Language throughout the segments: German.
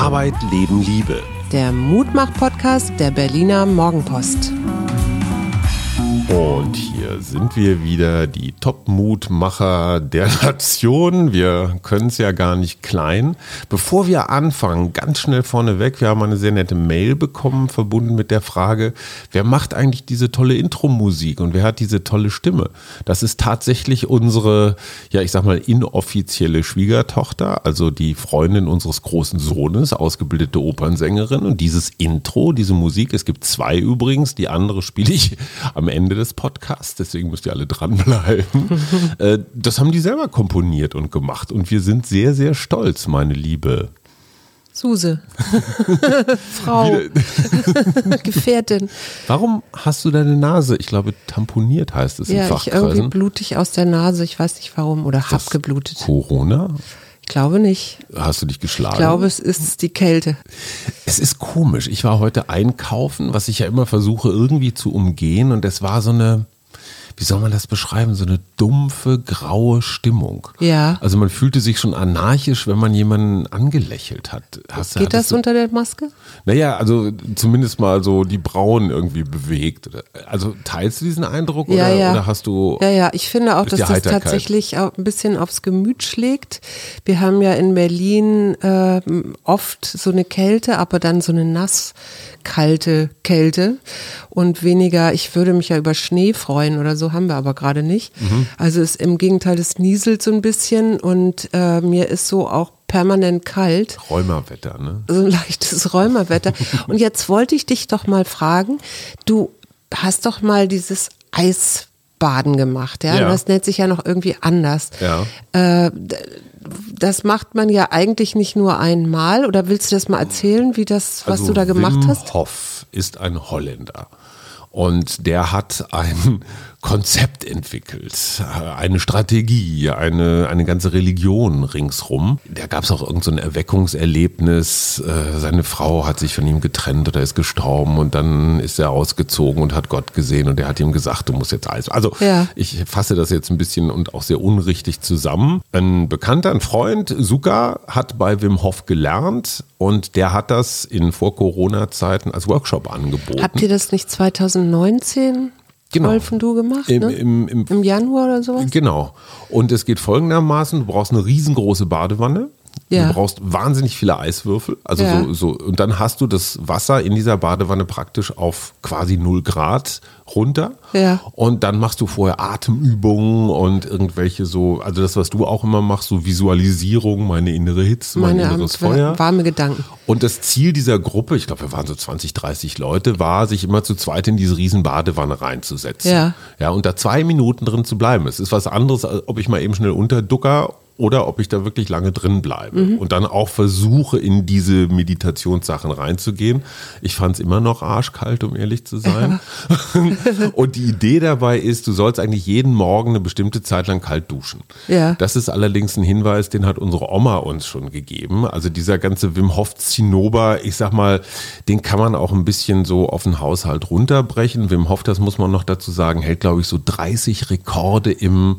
Arbeit, Leben, Liebe. Der Mutmach-Podcast der Berliner Morgenpost. Und hier sind wir wieder, die Top-Mutmacher der Nation. Wir können es ja gar nicht klein. Bevor wir anfangen, ganz schnell vorneweg, wir haben eine sehr nette Mail bekommen, verbunden mit der Frage, wer macht eigentlich diese tolle Intro-Musik und wer hat diese tolle Stimme? Das ist tatsächlich unsere, ja ich sag mal, inoffizielle Schwiegertochter, also die Freundin unseres großen Sohnes, ausgebildete Opernsängerin. Und dieses Intro, diese Musik, es gibt zwei übrigens, die andere spiele ich am Ende des Podcasts, deswegen müsst ihr alle dranbleiben. Das haben die selber komponiert und gemacht und wir sind sehr, sehr stolz, meine Liebe Suse, Frau, Gefährtin. Warum hast du deine Nase, ich glaube, tamponiert heißt es in Fachkreisen? Ja, irgendwie blutig aus der Nase, ich weiß nicht warum, oder hab geblutet. Corona? Ich glaube nicht. Hast du dich geschlagen? Ich glaube, es ist die Kälte. Es ist komisch. Ich war heute einkaufen, was ich ja immer versuche irgendwie zu umgehen und es war so eine, wie soll man das beschreiben, so eine dumpfe, graue Stimmung. Ja. Also man fühlte sich schon anarchisch, wenn man jemanden angelächelt hat. Geht das unter der Maske? Naja, also zumindest mal so die Brauen irgendwie bewegt. Also teilst du diesen Eindruck Ja. oder hast du... Ja, ich finde auch, dass das tatsächlich auch ein bisschen aufs Gemüt schlägt. Wir haben ja in Berlin oft so eine Kälte, aber dann so eine nasskalte Kälte und weniger, ich würde mich ja über Schnee freuen oder so, haben wir aber gerade nicht. Also ist im Gegenteil, es nieselt so ein bisschen und mir ist so auch permanent kalt. Rheumawetter, ne? So ein leichtes Rheumawetter. Und jetzt wollte ich dich doch mal fragen, du hast doch mal dieses Eisbaden gemacht, ja? Ja. Das nennt sich ja noch irgendwie anders. Ja. Das macht man ja eigentlich nicht nur einmal. Oder willst du das mal erzählen, was du da gemacht hast? Wim Hof ist ein Holländer. Und der hat ein Konzept entwickelt, eine Strategie, eine ganze Religion ringsrum. Da gab es auch irgend so ein Erweckungserlebnis. Seine Frau hat sich von ihm getrennt oder ist gestorben und dann ist er ausgezogen und hat Gott gesehen und er hat ihm gesagt, du musst jetzt Eis. Also Ich fasse das jetzt ein bisschen und auch sehr unrichtig zusammen. Ein Bekannter, ein Freund, Suka, hat bei Wim Hof gelernt und der hat das in Vor-Corona-Zeiten als Workshop angeboten. Habt ihr das nicht 2019 Wolf und du gemacht, ne? Im Januar oder sowas? Genau. Und es geht folgendermaßen, du brauchst eine riesengroße Badewanne. Ja. Du brauchst wahnsinnig viele Eiswürfel. Also und dann hast du das Wasser in dieser Badewanne praktisch auf quasi 0 Grad runter. Ja. Und dann machst du vorher Atemübungen und irgendwelche so, also das, was du auch immer machst, so Visualisierung, meine innere Hitze, mein inneres Feuer. Warme Gedanken. Und das Ziel dieser Gruppe, ich glaube, wir waren so 20, 30 Leute, war, sich immer zu zweit in diese riesen Badewanne reinzusetzen. Ja, und da 2 Minuten drin zu bleiben. Es ist was anderes, als ob ich mal eben schnell unterducker oder ob ich da wirklich lange drin bleibe und dann auch versuche, in diese Meditationssachen reinzugehen. Ich fand es immer noch arschkalt, um ehrlich zu sein. Und die Idee dabei ist, du sollst eigentlich jeden Morgen eine bestimmte Zeit lang kalt duschen. Ja. Das ist allerdings ein Hinweis, den hat unsere Oma uns schon gegeben. Also dieser ganze Wim Hof Zinnober, ich sag mal, den kann man auch ein bisschen so auf den Haushalt runterbrechen. Wim Hof, das muss man noch dazu sagen, hält, glaube ich, so 30 Rekorde im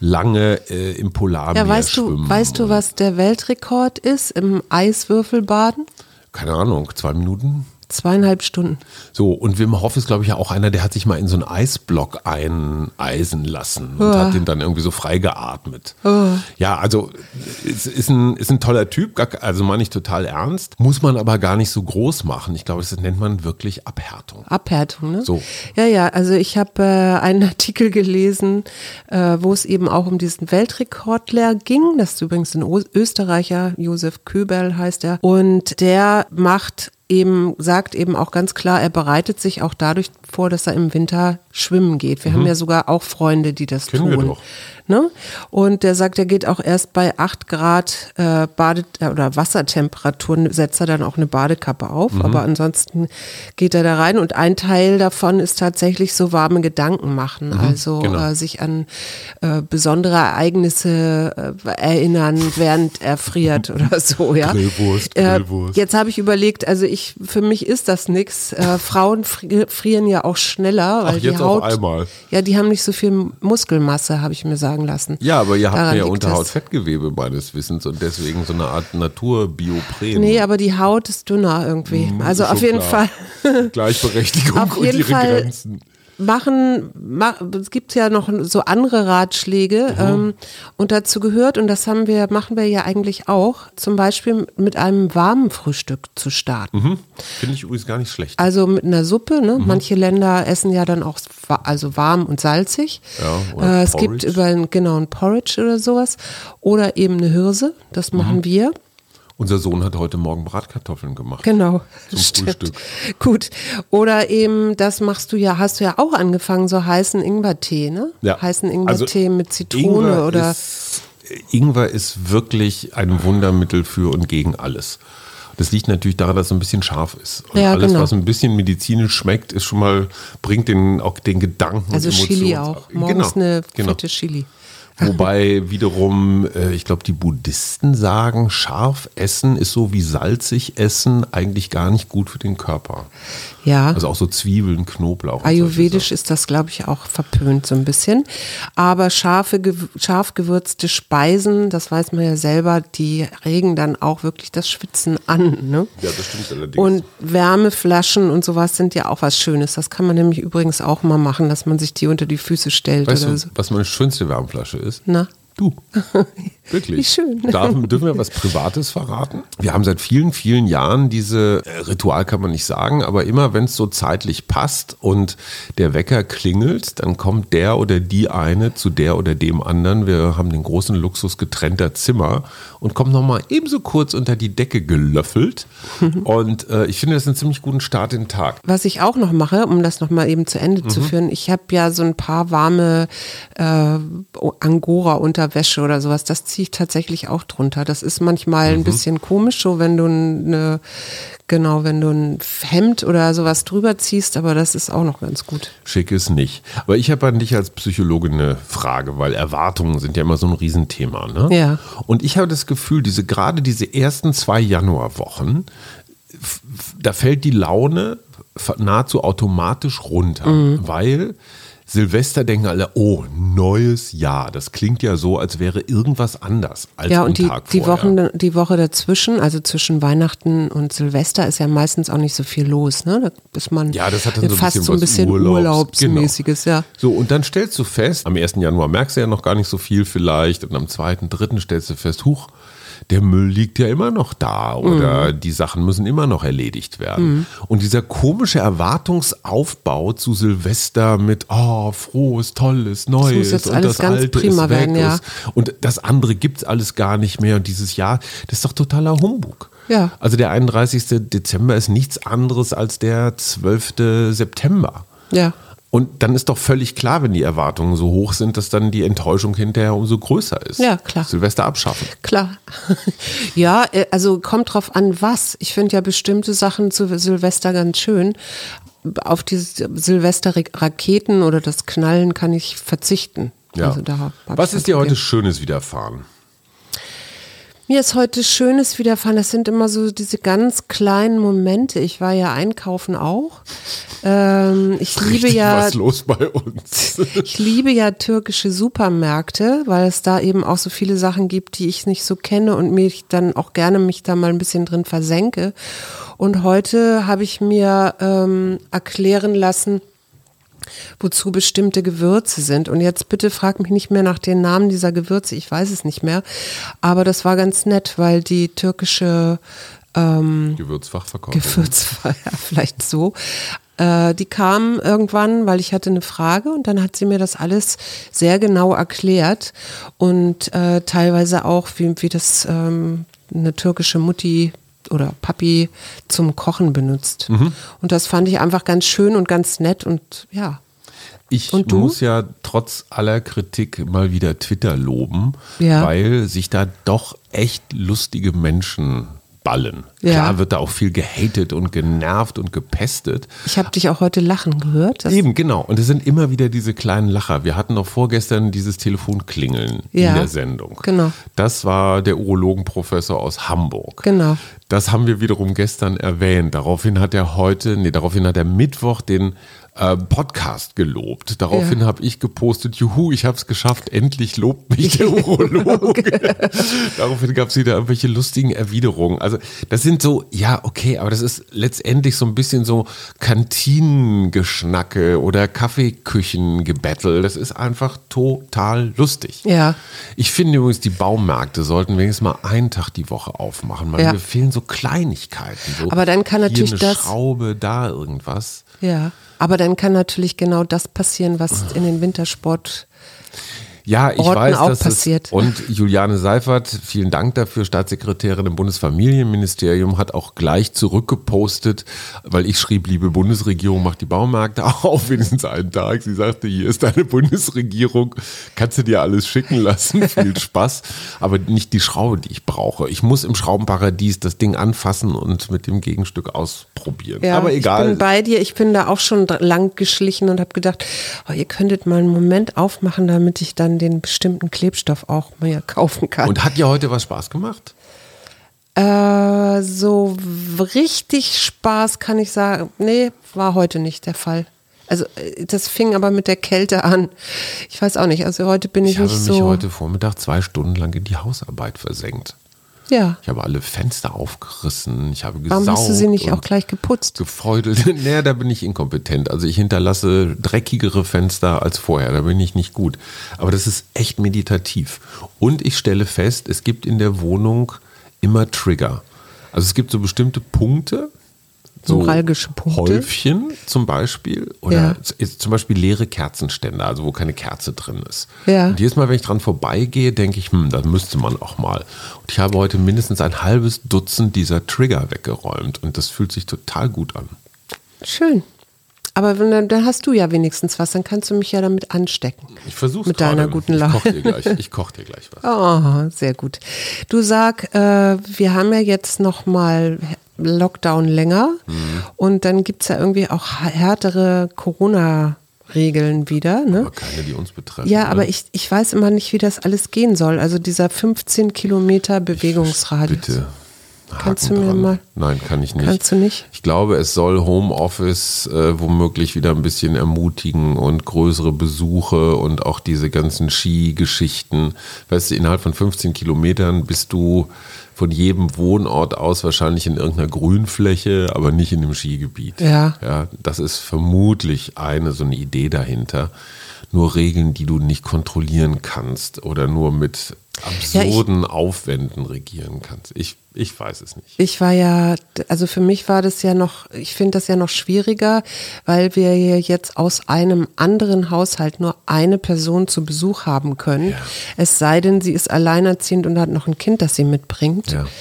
Polarmeer. Ja, weißt du, was der Weltrekord ist im Eiswürfelbaden? Keine Ahnung, 2 Minuten? 2,5 Stunden. So, und Wim Hof ist, glaube ich, ja auch einer, der hat sich mal in so einen Eisblock eineisen lassen und hat den dann irgendwie so freigeatmet. Ja, also es ist ein toller Typ, also meine ich total ernst, muss man aber gar nicht so groß machen. Ich glaube, das nennt man wirklich Abhärtung. Abhärtung, ne? So. Ja, also ich habe einen Artikel gelesen, wo es eben auch um diesen Weltrekordler ging. Das ist übrigens ein Österreicher, Josef Köberl heißt er. Und der sagt eben auch ganz klar, er bereitet sich auch dadurch vor, dass er im Winter schwimmen geht. Wir haben ja sogar auch Freunde, die das Kennen tun. wir doch. Ne? Und der sagt, er geht auch erst bei 8 Grad oder Wassertemperaturen, setzt er dann auch eine Badekappe auf, aber ansonsten geht er da rein und ein Teil davon ist tatsächlich so warme Gedanken machen, also sich an besondere Ereignisse erinnern, während er friert oder so. Ja? Grillwurst. Jetzt habe ich überlegt, also für mich ist das nichts. Frauen frieren ja auch schneller, weil die Haut. Auf einmal. Ja, die haben nicht so viel Muskelmasse, habe ich mir sagen lassen. Ja, aber ihr habt ja Unterhautfettgewebe meines Wissens und deswegen so eine Art Naturbiopren. Nee, aber die Haut ist dünner irgendwie. Also auf jeden Fall. Gleichberechtigung auf und jeden ihre Fall Grenzen. Es gibt ja noch so andere Ratschläge und dazu gehört, und das machen wir ja eigentlich auch, zum Beispiel mit einem warmen Frühstück zu starten. Finde ich übrigens gar nicht schlecht. Also mit einer Suppe, ne? Manche Länder essen ja dann auch warm und salzig. Ja, es gibt ein Porridge oder sowas oder eben eine Hirse, das machen wir. Unser Sohn hat heute Morgen Bratkartoffeln gemacht. Genau, zum stimmt. Frühstück. Gut. Oder eben, hast du ja auch angefangen, so heißen Ingwertee, ne? Ja. Heißen Ingwertee mit Zitrone Ingwer oder. Ingwer ist wirklich ein Wundermittel für und gegen alles. Das liegt natürlich daran, dass es ein bisschen scharf ist. Und ja, alles, genau. was ein bisschen medizinisch schmeckt, ist schon mal, bringt auch den Gedanken also und Emotionen. Chili auch. Morgens eine fette Chili. Wobei wiederum, ich glaube, die Buddhisten sagen, scharf essen ist so wie salzig essen eigentlich gar nicht gut für den Körper. Ja. Also auch so Zwiebeln, Knoblauch. Ayurvedisch ist das, glaube ich, auch verpönt so ein bisschen. Aber scharf gewürzte Speisen, das weiß man ja selber, die regen dann auch wirklich das Schwitzen an. Ne? Ja, das stimmt allerdings. Und Wärmeflaschen und sowas sind ja auch was Schönes. Das kann man nämlich übrigens auch mal machen, dass man sich die unter die Füße stellt. Weißt oder du, so. was meine schönste Wärmflasche ist? Na? Du. Wirklich. Wie schön. Dürfen wir was Privates verraten? Wir haben seit vielen, vielen Jahren diese Ritual kann man nicht sagen, aber immer wenn es so zeitlich passt und der Wecker klingelt, dann kommt der oder die eine zu der oder dem anderen. Wir haben den großen Luxus getrennter Zimmer und kommt nochmal ebenso kurz unter die Decke gelöffelt. Und ich finde, das ist einen ziemlich guten Start in den Tag. Was ich auch noch mache, um das nochmal eben zu Ende zu führen, ich habe ja so ein paar warme Angora-Unterwäsche oder sowas, das ziehe ich tatsächlich auch drunter. Das ist manchmal ein bisschen komisch, so wenn du ein Hemd oder sowas drüber ziehst, aber das ist auch noch ganz gut. Schick ist nicht. Aber ich habe an dich als Psychologe eine Frage, weil Erwartungen sind ja immer so ein Riesenthema. Ne? Ja. Und ich habe das Gefühl, gerade diese ersten 2 Januarwochen, da fällt die Laune nahezu automatisch runter, weil Silvester denken alle, oh, neues Jahr. Das klingt ja so, als wäre irgendwas anders als am Tag vorher. Die Woche dazwischen, also zwischen Weihnachten und Silvester, ist ja meistens auch nicht so viel los. Ne? Da ist man das hat dann fast so ein bisschen Urlaubsmäßiges. Genau. Ja. So, und dann stellst du fest, am 1. Januar merkst du ja noch gar nicht so viel vielleicht und am 2., 3. stellst du fest, der Müll liegt ja immer noch da oder die Sachen müssen immer noch erledigt werden. Und dieser komische Erwartungsaufbau zu Silvester mit frohes, tolles, Neues muss jetzt und alles das ganz Alte prima ist weg werden, ja. und das andere gibt's alles gar nicht mehr und dieses Jahr, das ist doch totaler Humbug. Ja. Also der 31. Dezember ist nichts anderes als der 12. September. Ja. Und dann ist doch völlig klar, wenn die Erwartungen so hoch sind, dass dann die Enttäuschung hinterher umso größer ist. Ja, klar. Silvester abschaffen. Klar. Ja, also kommt drauf an, was. Ich finde ja bestimmte Sachen zu Silvester ganz schön. Auf diese Silvester-Raketen oder das Knallen kann ich verzichten. Ja. Also was ist dir heute Schönes widerfahren? Mir ist heute Schönes widerfahren. Das sind immer so diese ganz kleinen Momente. Ich war ja einkaufen auch. Was los bei uns? Ich liebe ja türkische Supermärkte, weil es da eben auch so viele Sachen gibt, die ich nicht so kenne und mich dann auch gerne da mal ein bisschen drin versenke. Und heute habe ich mir erklären lassen, wozu bestimmte Gewürze sind. Und jetzt bitte frag mich nicht mehr nach den Namen dieser Gewürze, ich weiß es nicht mehr. Aber das war ganz nett, weil die türkische Gewürzfachverkäuferin. Vielleicht so. Die kam irgendwann, weil ich hatte eine Frage und dann hat sie mir das alles sehr genau erklärt und teilweise auch, wie das eine türkische Mutti oder Papi zum Kochen benutzt. Und das fand ich einfach ganz schön und ganz nett und ja. Ich muss ja trotz aller Kritik mal wieder Twitter loben, weil sich da doch echt lustige Menschen ballen. Ja. Klar wird da auch viel gehatet und genervt und gepestet. Ich habe dich auch heute lachen gehört. Eben, genau. Und es sind immer wieder diese kleinen Lacher. Wir hatten auch vorgestern dieses Telefonklingeln in der Sendung. Genau. Das war der Urologenprofessor aus Hamburg. Genau. Das haben wir wiederum gestern erwähnt. Daraufhin hat er Mittwoch den Podcast gelobt. Daraufhin habe ich gepostet, juhu, ich habe es geschafft, endlich lobt mich der Urologe. Daraufhin gab es wieder irgendwelche lustigen Erwiderungen. Also das sind so, ja okay, aber das ist letztendlich so ein bisschen so Kantinengeschnacke oder Kaffeeküchengebettel. Das ist einfach total lustig. Ja. Ich finde übrigens, die Baumärkte sollten wenigstens mal einen Tag die Woche aufmachen, weil mir fehlen so Kleinigkeiten. So aber dann kann natürlich hier eine Schraube, da irgendwas. Ja, aber dann kann natürlich genau das passieren, was in den Wintersport Ja, ich weiß, auch dass passiert. Und Juliane Seifert, vielen Dank dafür, Staatssekretärin im Bundesfamilienministerium, hat auch gleich zurückgepostet, weil ich schrieb, liebe Bundesregierung, macht die Baumärkte auf, wenigstens einen Tag. Sie sagte, hier ist deine Bundesregierung, kannst du dir alles schicken lassen, viel Spaß, aber nicht die Schraube, die ich brauche. Ich muss im Schraubenparadies das Ding anfassen und mit dem Gegenstück ausprobieren. Ja, aber egal. Ich bin bei dir, ich bin da auch schon lang geschlichen und habe gedacht, oh, ihr könntet mal einen Moment aufmachen, damit ich dann den bestimmten Klebstoff auch mal kaufen kann. Und hat dir heute was Spaß gemacht? So richtig Spaß kann ich sagen, nee, war heute nicht der Fall. Also das fing aber mit der Kälte an. Ich weiß auch nicht, also heute bin ich nicht so... Ich habe mich heute Vormittag 2 Stunden lang in die Hausarbeit versenkt. Ja. Ich habe alle Fenster aufgerissen, ich habe gesaugt. Warum hast du sie nicht auch gleich geputzt? Gefeudelt. Naja, da bin ich inkompetent. Also ich hinterlasse dreckigere Fenster als vorher, da bin ich nicht gut. Aber das ist echt meditativ. Und ich stelle fest, es gibt in der Wohnung immer Trigger. Also es gibt so bestimmte Punkte, so neuralgische Punkte. Häufchen zum Beispiel oder zum Beispiel leere Kerzenständer, also wo keine Kerze drin ist. Ja. Und jedes Mal, wenn ich dran vorbeigehe, denke ich, da müsste man auch mal. Und ich habe heute mindestens ein halbes Dutzend dieser Trigger weggeräumt und das fühlt sich total gut an. Schön. Aber dann hast du ja wenigstens was, dann kannst du mich ja damit anstecken. Ich versuche es mit deiner guten Laune. Ich koche dir gleich was. Oh, sehr gut. Du sag, wir haben ja jetzt noch mal Lockdown länger und dann gibt es ja irgendwie auch härtere Corona-Regeln wieder. Ne? Aber keine, die uns betreffen. Ja, aber ich weiß immer nicht, wie das alles gehen soll. Also dieser 15 Kilometer Bewegungsradius. Bitte. Kannst du mir mal? Nein, kann ich nicht. Kannst du nicht? Ich glaube, es soll Homeoffice womöglich wieder ein bisschen ermutigen und größere Besuche und auch diese ganzen Skigeschichten. Weißt du, innerhalb von 15 Kilometern bist du von jedem Wohnort aus wahrscheinlich in irgendeiner Grünfläche, aber nicht in dem Skigebiet. Ja. Ja, das ist vermutlich so eine Idee dahinter. Nur Regeln, die du nicht kontrollieren kannst oder nur mit absurden Aufwänden regieren kannst. Ich weiß es nicht. Ich war ja, also für mich war das ja noch, ich finde das ja noch schwieriger, weil wir ja jetzt aus einem anderen Haushalt nur eine Person zu Besuch haben können. Ja. Es sei denn, sie ist alleinerziehend und hat noch ein Kind, das sie mitbringt. Ja.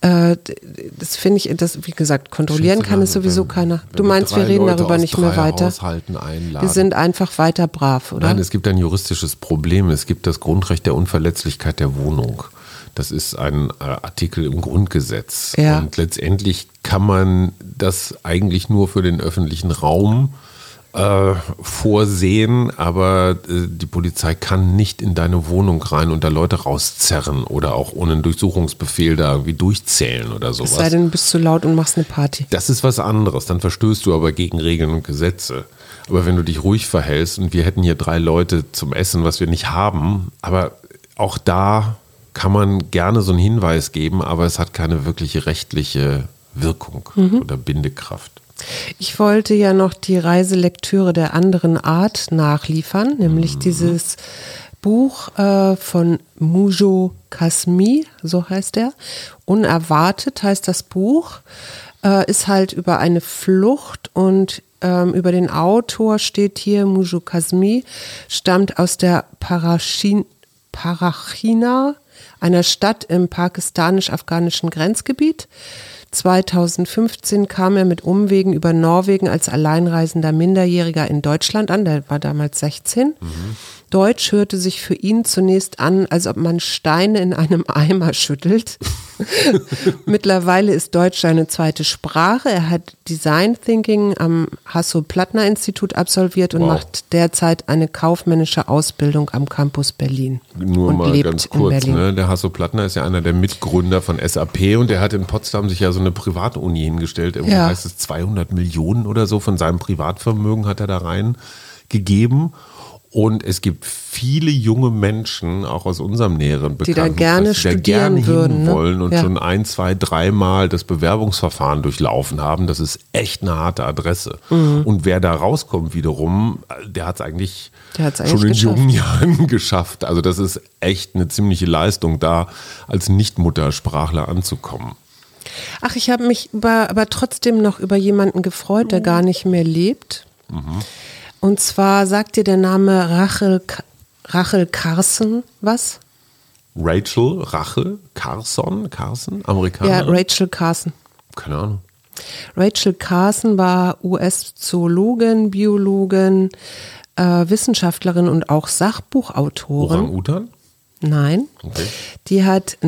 Das finde ich, wie gesagt, kontrollieren kann es sowieso keiner. Du meinst, wir reden darüber nicht mehr weiter? Wir sind einfach weiter brav, oder? Nein, es gibt ein juristisches Problem. Es gibt das Grundrecht der Unverletzlichkeit der Wohnung. Das ist ein Artikel im Grundgesetz. Ja. Und letztendlich kann man das eigentlich nur für den öffentlichen Raum vorsehen, aber die Polizei kann nicht in deine Wohnung rein und da Leute rauszerren oder auch ohne einen Durchsuchungsbefehl da irgendwie durchzählen oder sowas. Es sei denn, du bist zu laut und machst eine Party. Das ist was anderes, dann verstößt du aber gegen Regeln und Gesetze. Aber wenn du dich ruhig verhältst und wir hätten hier 3 Leute zum Essen, was wir nicht haben, aber auch da kann man gerne so einen Hinweis geben, aber es hat keine wirkliche rechtliche Wirkung oder Bindekraft. Ich wollte ja noch die Reiselektüre der anderen Art nachliefern, nämlich dieses Buch von Mujo Kazmi, so heißt er. Unerwartet heißt das Buch, ist halt über eine Flucht und über den Autor steht hier, Mujo Kazmi, stammt aus der Parachina, einer Stadt im pakistanisch-afghanischen Grenzgebiet. 2015 kam er mit Umwegen über Norwegen als alleinreisender Minderjähriger in Deutschland an. Der war damals 16. Deutsch hörte sich für ihn zunächst an, als ob man Steine in einem Eimer schüttelt. Mittlerweile ist Deutsch seine zweite Sprache. Er hat Design Thinking am Hasso-Plattner-Institut absolviert und macht derzeit eine kaufmännische Ausbildung am Campus Berlin. Nur mal ganz kurz, ne? Der Hasso Plattner ist ja einer der Mitgründer von SAP und der hat in Potsdam sich ja so eine Privatuni hingestellt. Irgendwo heißt es 200 Millionen oder so von seinem Privatvermögen hat er da reingegeben. Und es gibt viele junge Menschen, auch aus unserem näheren Bekanntenkreis, die da gerne studieren würden, wollen und schon 1, 2, 3 Mal das Bewerbungsverfahren durchlaufen haben. Das ist echt eine harte Adresse. Und wer da rauskommt wiederum, der hat es eigentlich schon in jungen Jahren geschafft. Also das ist echt eine ziemliche Leistung, da als Nicht-Muttersprachler anzukommen. Ach, ich habe mich aber trotzdem noch über jemanden gefreut, der gar nicht mehr lebt. Und zwar sagt dir der Name Rachel Carson was? Rachel Carson, Amerikaner? Ja, Rachel Carson. Keine Ahnung. Rachel Carson war US-Zoologin, Biologin, Wissenschaftlerin und auch Sachbuchautorin. Orang-Utan? Nein. Okay. Die hat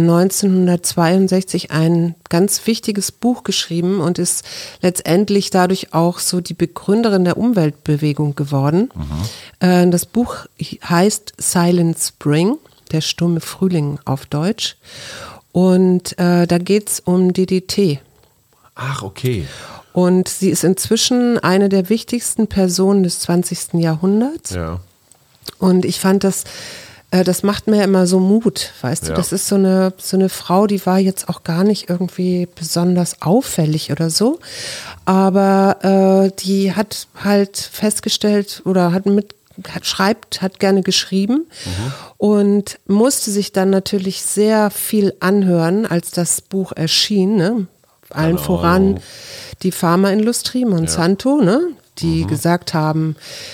1962 ein ganz wichtiges Buch geschrieben und ist letztendlich dadurch auch so die Begründerin der Umweltbewegung geworden. Das Buch heißt Silent Spring, der stumme Frühling auf Deutsch. Und da geht es um DDT. Ach, okay. Und sie ist inzwischen eine der wichtigsten Personen des 20. Jahrhunderts. Ja. Und ich fand das macht mir immer so Mut, weißt du, das ist so eine Frau, die war jetzt auch gar nicht irgendwie besonders auffällig oder so, aber die hat halt festgestellt oder hat gerne geschrieben und musste sich dann natürlich sehr viel anhören, als das Buch erschien, ne? Allen voran die Pharmaindustrie, Monsanto, ne? Die gesagt haben,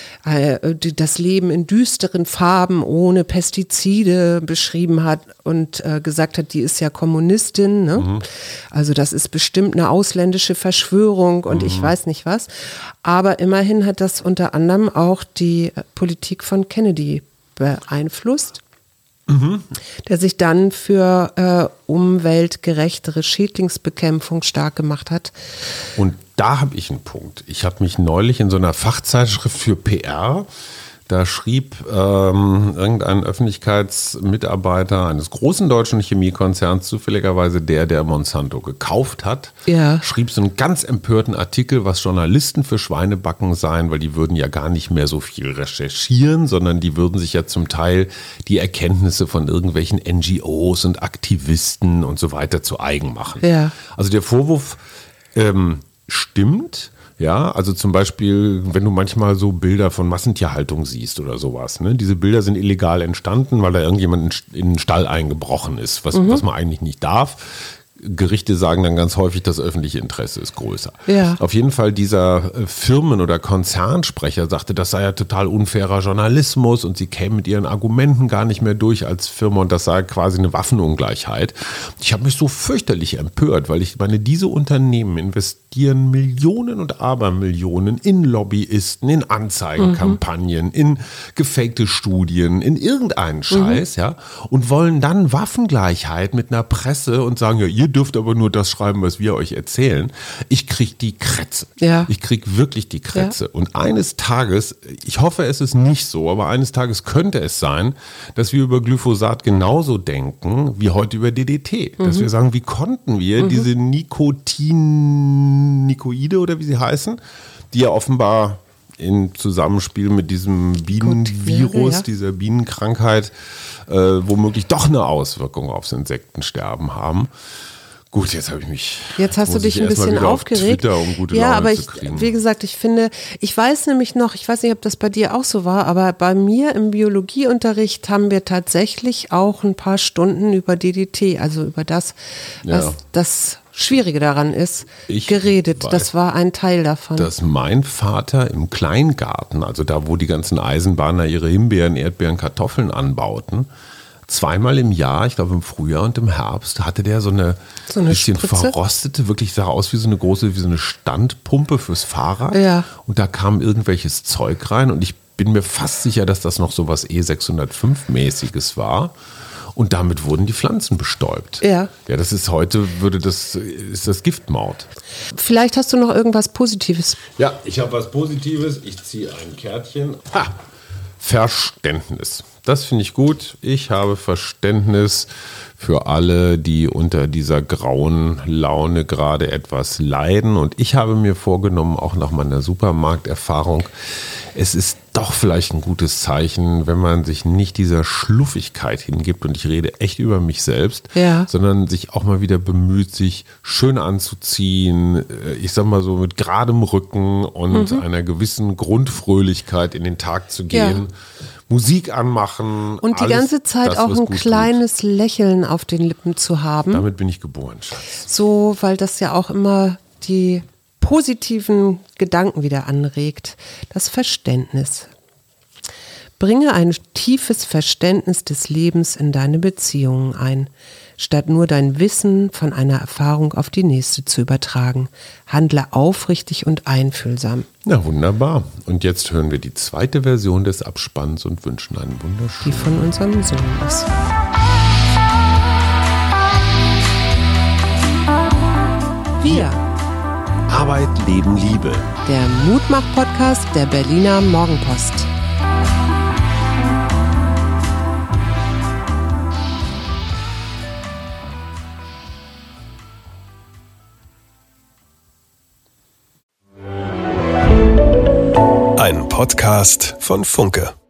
das Leben in düsteren Farben ohne Pestizide beschrieben hat und gesagt hat, die ist ja Kommunistin, ne? Also das ist bestimmt eine ausländische Verschwörung und ich weiß nicht was. Aber immerhin hat das unter anderem auch die Politik von Kennedy beeinflusst, der sich dann für umweltgerechtere Schädlingsbekämpfung stark gemacht hat. Und da habe ich einen Punkt. Ich habe mich neulich in so einer Fachzeitschrift für PR, da schrieb irgendein Öffentlichkeitsmitarbeiter eines großen deutschen Chemiekonzerns, zufälligerweise der Monsanto gekauft hat, schrieb so einen ganz empörten Artikel, was Journalisten für Schweinebacken seien, weil die würden ja gar nicht mehr so viel recherchieren, sondern die würden sich ja zum Teil die Erkenntnisse von irgendwelchen NGOs und Aktivisten und so weiter zu eigen machen. Ja. Also der Vorwurf stimmt, ja, also zum Beispiel, wenn du manchmal so Bilder von Massentierhaltung siehst oder sowas, ne? Diese Bilder sind illegal entstanden, weil da irgendjemand in den Stall eingebrochen ist, was man eigentlich nicht darf. Gerichte sagen dann ganz häufig, das öffentliche Interesse ist größer. Ja. Auf jeden Fall dieser Firmen- oder Konzernsprecher sagte, das sei ja total unfairer Journalismus und sie kämen mit ihren Argumenten gar nicht mehr durch als Firma und das sei quasi eine Waffenungleichheit. Ich habe mich so fürchterlich empört, weil ich meine, diese Unternehmen investieren Millionen und Abermillionen in Lobbyisten, in Anzeigenkampagnen, in gefakte Studien, in irgendeinen Scheiß, ja, und wollen dann Waffengleichheit mit einer Presse und sagen, ja, ihr dürft aber nur das schreiben, was wir euch erzählen. Ich krieg die Krätze. Ja. Ich krieg wirklich die Krätze. Ja. Und eines Tages, ich hoffe, es ist nicht so, aber eines Tages könnte es sein, dass wir über Glyphosat genauso denken wie heute über DDT. Dass wir sagen, wie konnten wir diese Nicotinoide oder wie sie heißen, die ja offenbar im Zusammenspiel mit diesem Bienenvirus, dieser Bienenkrankheit, womöglich doch eine Auswirkung aufs Insektensterben haben. Gut, jetzt habe ich mich. Jetzt hast du dich ein bisschen aufgeregt. Twitter, um gute ja, Laune aber zu kriegen. Wie gesagt, ich finde, ich weiß nämlich noch, ich weiß nicht, ob das bei dir auch so war, aber bei mir im Biologieunterricht haben wir tatsächlich auch ein paar Stunden über DDT, also über das, was das Schwierige daran ist, geredet. Das war ein Teil davon. Dass mein Vater im Kleingarten, also da, wo die ganzen Eisenbahner ihre Himbeeren, Erdbeeren, Kartoffeln anbauten, zweimal im Jahr, ich glaube im Frühjahr und im Herbst, hatte der so eine bisschen Spritze? Verrostete, wirklich sah aus wie so eine große, wie so eine Standpumpe fürs Fahrrad. Ja. Und da kam irgendwelches Zeug rein und ich bin mir fast sicher, dass das noch so was E605-mäßiges war. Und damit wurden die Pflanzen bestäubt. Ja. Ja, das ist heute, ist das Giftmord. Vielleicht hast du noch irgendwas Positives. Ja, ich habe was Positives. Ich ziehe ein Kärtchen. Ha! Verständnis. das finde ich gut. Ich habe Verständnis für alle, die unter dieser grauen Laune gerade etwas leiden. Und ich habe mir vorgenommen, auch nach meiner Supermarkterfahrung, es ist doch vielleicht ein gutes Zeichen, wenn man sich nicht dieser Schluffigkeit hingibt, und ich rede echt über mich selbst, sondern sich auch mal wieder bemüht, sich schön anzuziehen, ich sag mal so mit geradem Rücken und einer gewissen Grundfröhlichkeit in den Tag zu gehen. Ja. Musik anmachen. Und die ganze Zeit auch ein kleines Lächeln auf den Lippen zu haben. Damit bin ich geboren, Schatz. So, weil das ja auch immer die positiven Gedanken wieder anregt. Das Verständnis. Bringe ein tiefes Verständnis des Lebens in deine Beziehungen ein, statt nur dein Wissen von einer Erfahrung auf die nächste zu übertragen. Handle aufrichtig und einfühlsam. Na wunderbar. Und jetzt hören wir die zweite Version des Abspanns und wünschen einen wunderschönen. Die von unserem Sohn ist. Wir. Arbeit, Leben, Liebe. Der Mutmach-Podcast der Berliner Morgenpost. Ein Podcast von Funke.